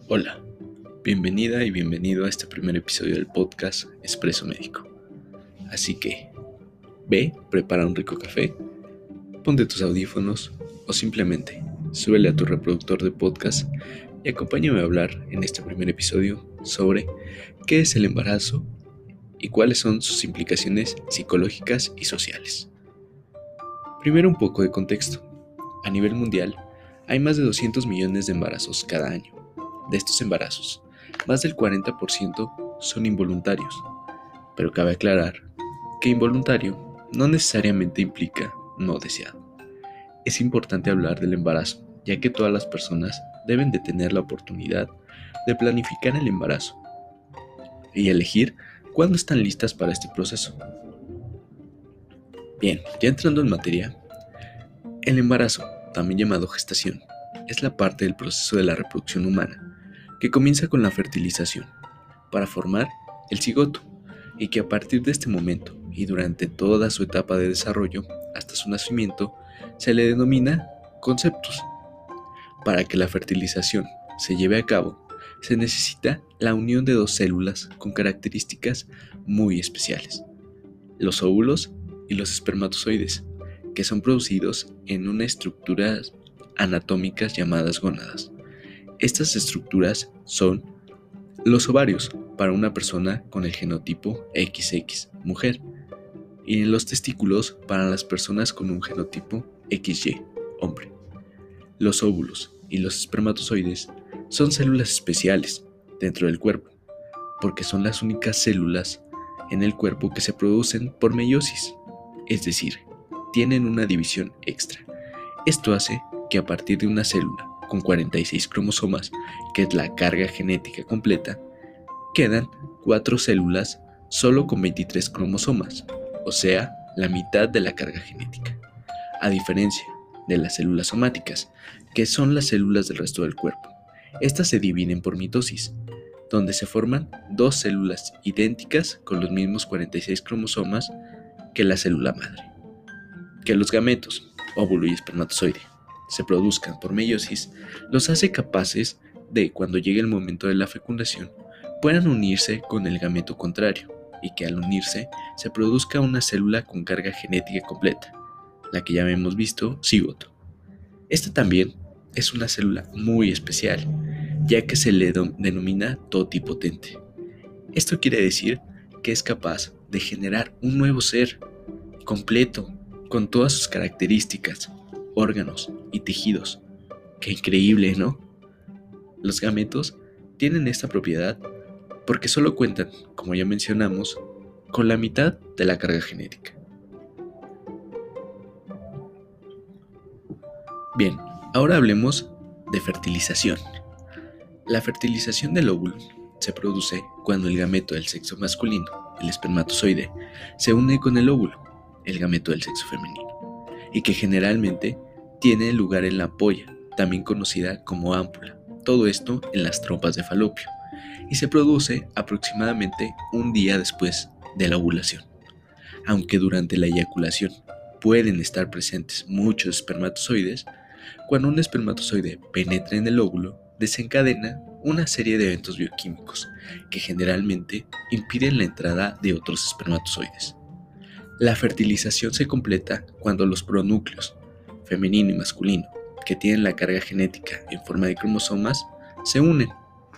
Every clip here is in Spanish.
Hola, bienvenida y bienvenido a este primer episodio del podcast Expreso Médico. Así que, ve, prepara un rico café, ponte tus audífonos o simplemente súbele a tu reproductor de podcast y acompáñame a hablar en este primer episodio sobre qué es el embarazo y cuáles son sus implicaciones psicológicas y sociales. Primero, un poco de contexto. A nivel mundial, hay más de 200 millones de embarazos cada año. De estos embarazos, más del 40% son involuntarios, pero cabe aclarar que involuntario no necesariamente implica no deseado. Es importante hablar del embarazo, ya que todas las personas deben de tener la oportunidad de planificar el embarazo y elegir cuándo están listas para este proceso. Bien, ya entrando en materia, el embarazo, también llamado gestación, es la parte del proceso de la reproducción humana que comienza con la fertilización para formar el cigoto y que a partir de este momento y durante toda su etapa de desarrollo hasta su nacimiento se le denomina conceptus. Para que la fertilización se lleve a cabo se necesita la unión de dos células con características muy especiales, los óvulos y los espermatozoides, que son producidos en unas estructuras anatómicas llamadas gónadas. Estas estructuras son los ovarios para una persona con el genotipo XX, mujer, y los testículos para las personas con un genotipo XY, hombre. Los óvulos y los espermatozoides son células especiales dentro del cuerpo, porque son las únicas células en el cuerpo que se producen por meiosis, es decir, tienen una división extra. Esto hace que a partir de una célula con 46 cromosomas, que es la carga genética completa, quedan 4 células solo con 23 cromosomas, o sea, la mitad de la carga genética, a diferencia de las células somáticas, que son las células del resto del cuerpo. Estas se dividen por mitosis, donde se forman dos células idénticas con los mismos 46 cromosomas que la célula madre. Que los gametos, óvulo y espermatozoide, se produzcan por meiosis, los hace capaces de, cuando llegue el momento de la fecundación, puedan unirse con el gameto contrario y que al unirse se produzca una célula con carga genética completa, la que ya hemos visto, cigoto. Esta también es una célula muy especial, ya que se le denomina totipotente. Esto quiere decir que es capaz de generar un nuevo ser completo, con todas sus características, órganos y tejidos. ¡Qué increíble!, ¿no? Los gametos tienen esta propiedad porque solo cuentan, como ya mencionamos, con la mitad de la carga genética. Bien, ahora hablemos de fertilización. La fertilización del óvulo se produce cuando el gameto del sexo masculino, el espermatozoide, se une con el óvulo, el gameto del sexo femenino, y que generalmente tiene lugar en la polla, también conocida como ámpula, todo esto en las trompas de falopio, y se produce aproximadamente un día después de la ovulación. Aunque durante la eyaculación pueden estar presentes muchos espermatozoides, cuando un espermatozoide penetra en el óvulo, desencadena una serie de eventos bioquímicos que generalmente impiden la entrada de otros espermatozoides. La fertilización se completa cuando los pronúcleos, femenino y masculino, que tienen la carga genética en forma de cromosomas, se unen.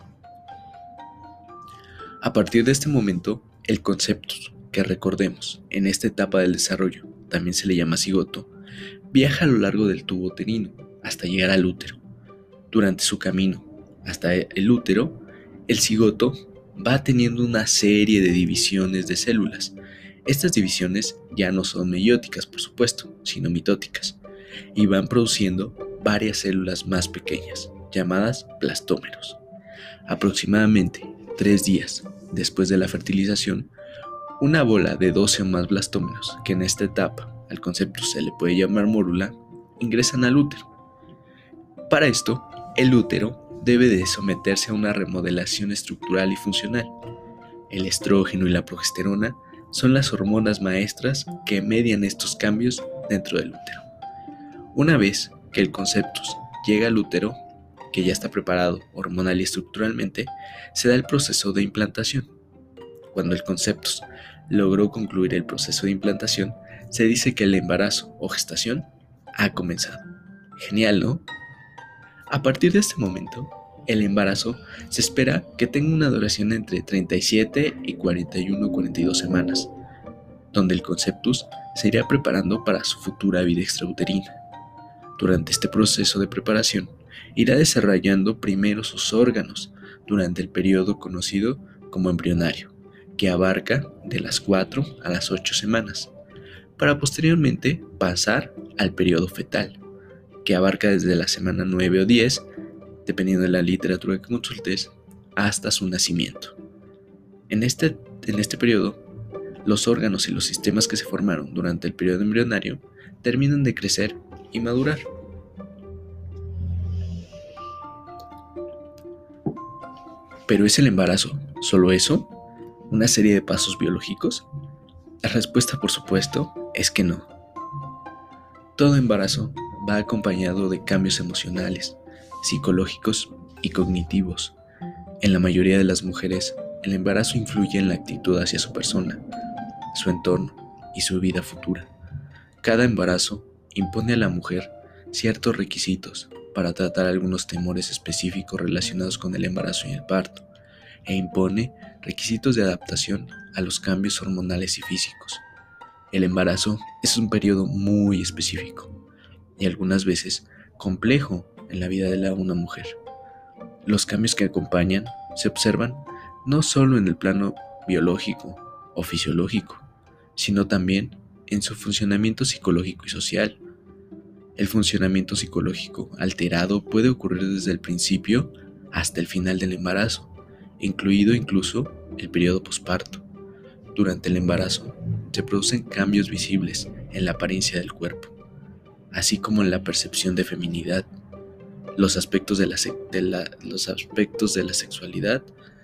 A partir de este momento, el conceptus, que recordemos, en esta etapa del desarrollo, también se le llama cigoto, viaja a lo largo del tubo uterino hasta llegar al útero. Durante su camino hasta el útero, el cigoto va teniendo una serie de divisiones de células. Estas divisiones ya no son meióticas, por supuesto, sino mitóticas, y van produciendo varias células más pequeñas, llamadas blastómeros. Aproximadamente 3 días después de la fertilización, una bola de 12 o más blastómeros, que en esta etapa al concepto se le puede llamar mórula, ingresan al útero. Para esto, el útero debe de someterse a una remodelación estructural y funcional. El estrógeno y la progesterona son las hormonas maestras que median estos cambios dentro del útero. Una vez que el conceptus llega al útero, que ya está preparado hormonal y estructuralmente, se da el proceso de implantación. Cuando el conceptus logró concluir el proceso de implantación, se dice que el embarazo o gestación ha comenzado. Genial, ¿no? A partir de este momento, el embarazo se espera que tenga una duración entre 37 y 41 o 42 semanas, donde el conceptus se irá preparando para su futura vida extrauterina. Durante este proceso de preparación, irá desarrollando primero sus órganos durante el periodo conocido como embrionario, que abarca de las 4 a las 8 semanas, para posteriormente pasar al periodo fetal, que abarca desde la semana 9 o 10, dependiendo de la literatura que consultes, hasta su nacimiento. En este periodo, los órganos y los sistemas que se formaron durante el periodo embrionario terminan de crecer y madurar. ¿Pero es el embarazo solo eso? ¿Una serie de pasos biológicos? La respuesta, por supuesto, es que no. Todo embarazo va acompañado de cambios emocionales, psicológicos y cognitivos. En la mayoría de las mujeres, el embarazo influye en la actitud hacia su persona, su entorno y su vida futura. Cada embarazo impone a la mujer ciertos requisitos para tratar algunos temores específicos relacionados con el embarazo y el parto, e impone requisitos de adaptación a los cambios hormonales y físicos. El embarazo es un periodo muy específico y algunas veces complejo en la vida de una mujer. Los cambios que acompañan se observan no solo en el plano biológico o fisiológico, sino también en su funcionamiento psicológico y social. El funcionamiento psicológico alterado puede ocurrir desde el principio hasta el final del embarazo, incluido incluso el periodo posparto. Durante el embarazo se producen cambios visibles en la apariencia del cuerpo, así como en la percepción de feminidad, los aspectos de la sexualidad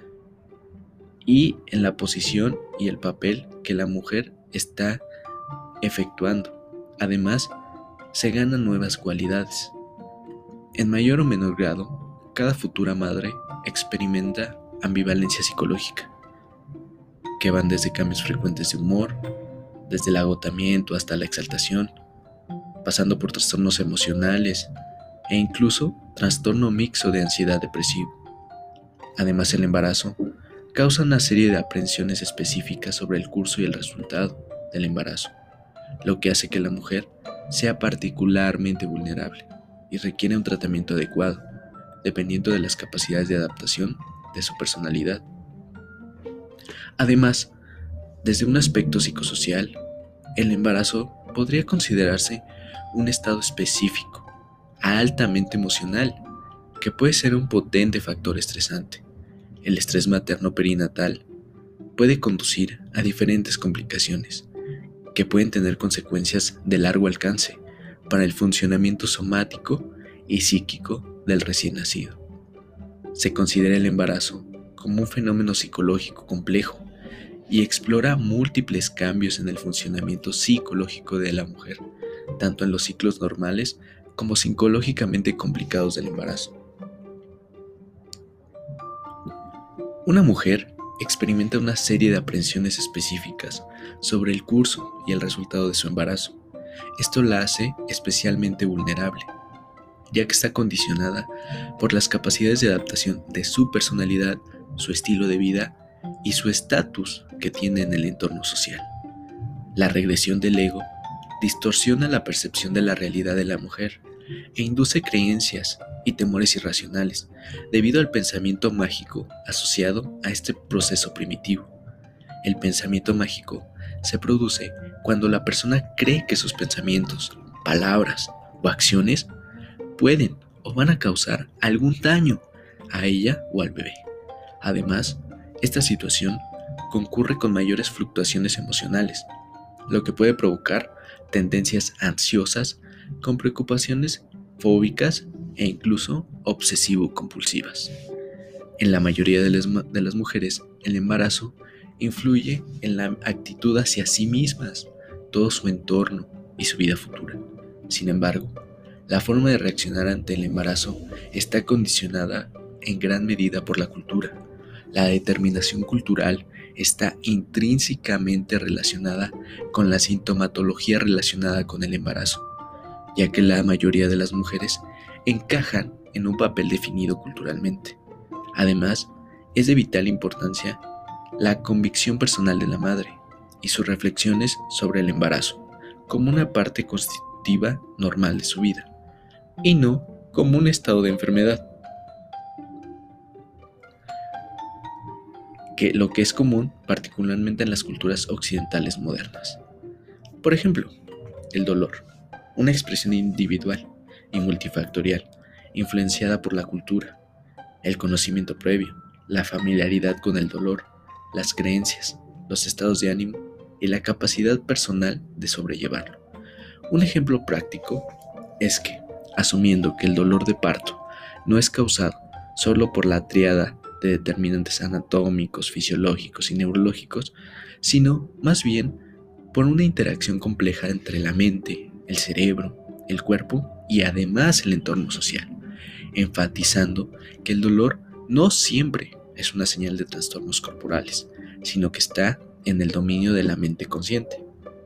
y en la posición y el papel que la mujer está efectuando. Además, se ganan nuevas cualidades. En mayor o menor grado, cada futura madre experimenta ambivalencia psicológica, que van desde cambios frecuentes de humor, desde el agotamiento hasta la exaltación, pasando por trastornos emocionales e incluso trastorno mixto de ansiedad depresivo. Además, el embarazo causa una serie de aprensiones específicas sobre el curso y el resultado del embarazo, lo que hace que la mujer sea particularmente vulnerable y requiere un tratamiento adecuado, dependiendo de las capacidades de adaptación de su personalidad. Además, desde un aspecto psicosocial, el embarazo podría considerarse un estado específico, altamente emocional, que puede ser un potente factor estresante. El estrés materno perinatal puede conducir a diferentes complicaciones, que pueden tener consecuencias de largo alcance para el funcionamiento somático y psíquico del recién nacido. Se considera el embarazo como un fenómeno psicológico complejo y explora múltiples cambios en el funcionamiento psicológico de la mujer, tanto en los ciclos normales como psicológicamente complicados del embarazo. Una mujer experimenta una serie de aprensiones específicas sobre el curso y el resultado de su embarazo. Esto la hace especialmente vulnerable, ya que está condicionada por las capacidades de adaptación de su personalidad, su estilo de vida y su estatus que tiene en el entorno social. La regresión del ego distorsiona la percepción de la realidad de la mujer e induce creencias y temores irracionales debido al pensamiento mágico asociado a este proceso primitivo. El pensamiento mágico se produce cuando la persona cree que sus pensamientos, palabras o acciones pueden o van a causar algún daño a ella o al bebé. Además, esta situación concurre con mayores fluctuaciones emocionales, lo que puede provocar tendencias ansiosas con preocupaciones fóbicas e incluso obsesivo-compulsivas. En la mayoría de las mujeres, el embarazo influye en la actitud hacia sí mismas, todo su entorno y su vida futura. Sin embargo, La forma de reaccionar ante el embarazo está condicionada en gran medida por la cultura. La determinación cultural está intrínsecamente relacionada con la sintomatología relacionada con el embarazo, ya que la mayoría de las mujeres encajan en un papel definido culturalmente. Además, es de vital importancia la convicción personal de la madre y sus reflexiones sobre el embarazo como una parte constitutiva normal de su vida, y no como un estado de enfermedad, que lo que es común particularmente en las culturas occidentales modernas. Por ejemplo, el dolor, una expresión individual y multifactorial, influenciada por la cultura, el conocimiento previo, la familiaridad con el dolor, las creencias, los estados de ánimo y la capacidad personal de sobrellevarlo. Un ejemplo práctico es que, asumiendo que el dolor de parto no es causado solo por la tríada de determinantes anatómicos, fisiológicos y neurológicos, sino más bien por una interacción compleja entre la mente, el cerebro, el cuerpo y además el entorno social, enfatizando que el dolor no siempre es una señal de trastornos corporales, sino que está en el dominio de la mente consciente.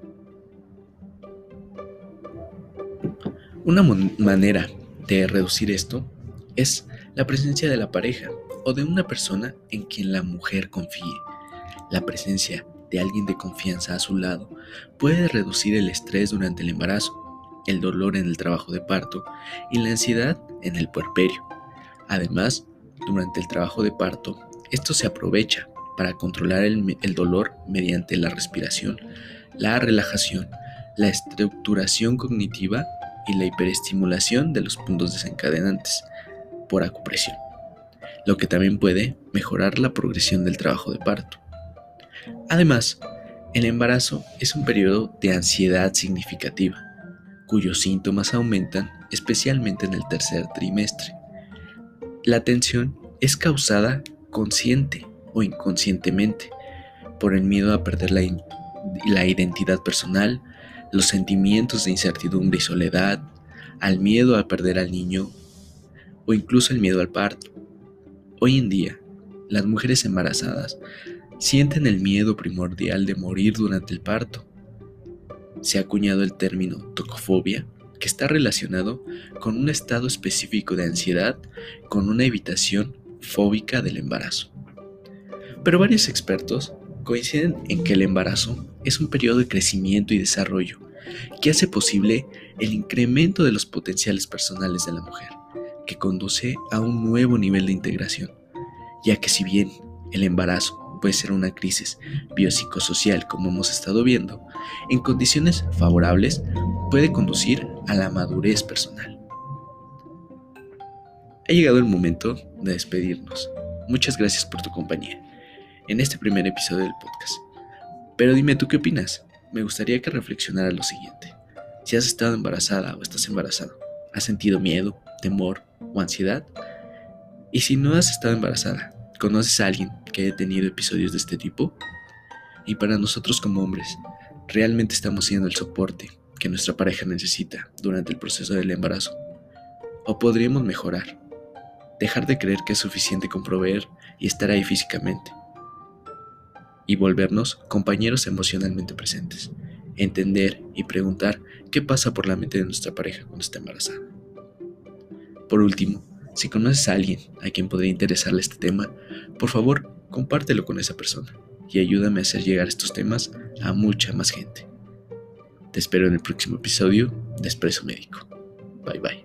Una manera de reducir esto es la presencia de la pareja o de una persona en quien la mujer confíe. La presencia de alguien de confianza a su lado puede reducir el estrés durante el embarazo, el dolor en el trabajo de parto y la ansiedad en el puerperio. Además, durante el trabajo de parto, esto se aprovecha para controlar el dolor mediante la respiración, la relajación, la estructuración cognitiva y la hiperestimulación de los puntos desencadenantes por acupresión, lo que también puede mejorar la progresión del trabajo de parto. Además, el embarazo es un periodo de ansiedad significativa, cuyos síntomas aumentan especialmente en el tercer trimestre. La tensión es causada consciente o inconscientemente por el miedo a perder la identidad personal, los sentimientos de incertidumbre y soledad, al miedo a perder al niño o incluso el miedo al parto. Hoy en día, las mujeres embarazadas sienten el miedo primordial de morir durante el parto. Se ha acuñado el término tocofobia, que está relacionado con un estado específico de ansiedad con una evitación fóbica del embarazo. Pero varios expertos coinciden en que el embarazo es un periodo de crecimiento y desarrollo que hace posible el incremento de los potenciales personales de la mujer, que conduce a un nuevo nivel de integración, ya que si bien el embarazo puede ser una crisis biopsicosocial como hemos estado viendo, en condiciones favorables puede conducir a la madurez personal. Ha llegado el momento de despedirnos. Muchas gracias por tu compañía en este primer episodio del podcast. Pero dime tú qué opinas. Me gustaría que reflexionaras lo siguiente. Si has estado embarazada o estás embarazado, ¿has sentido miedo, temor o ansiedad? Y si no has estado embarazada, ¿conoces a alguien que haya tenido episodios de este tipo? Y para nosotros como hombres, ¿realmente estamos siendo el soporte que nuestra pareja necesita durante el proceso del embarazo? ¿O podríamos mejorar? Dejar de creer que es suficiente con proveer y estar ahí físicamente, y volvernos compañeros emocionalmente presentes, entender y preguntar qué pasa por la mente de nuestra pareja cuando está embarazada. Por último, si conoces a alguien a quien podría interesarle este tema, por favor, compártelo con esa persona y ayúdame a hacer llegar estos temas a mucha más gente. Te espero en el próximo episodio de Expreso Médico. Bye bye.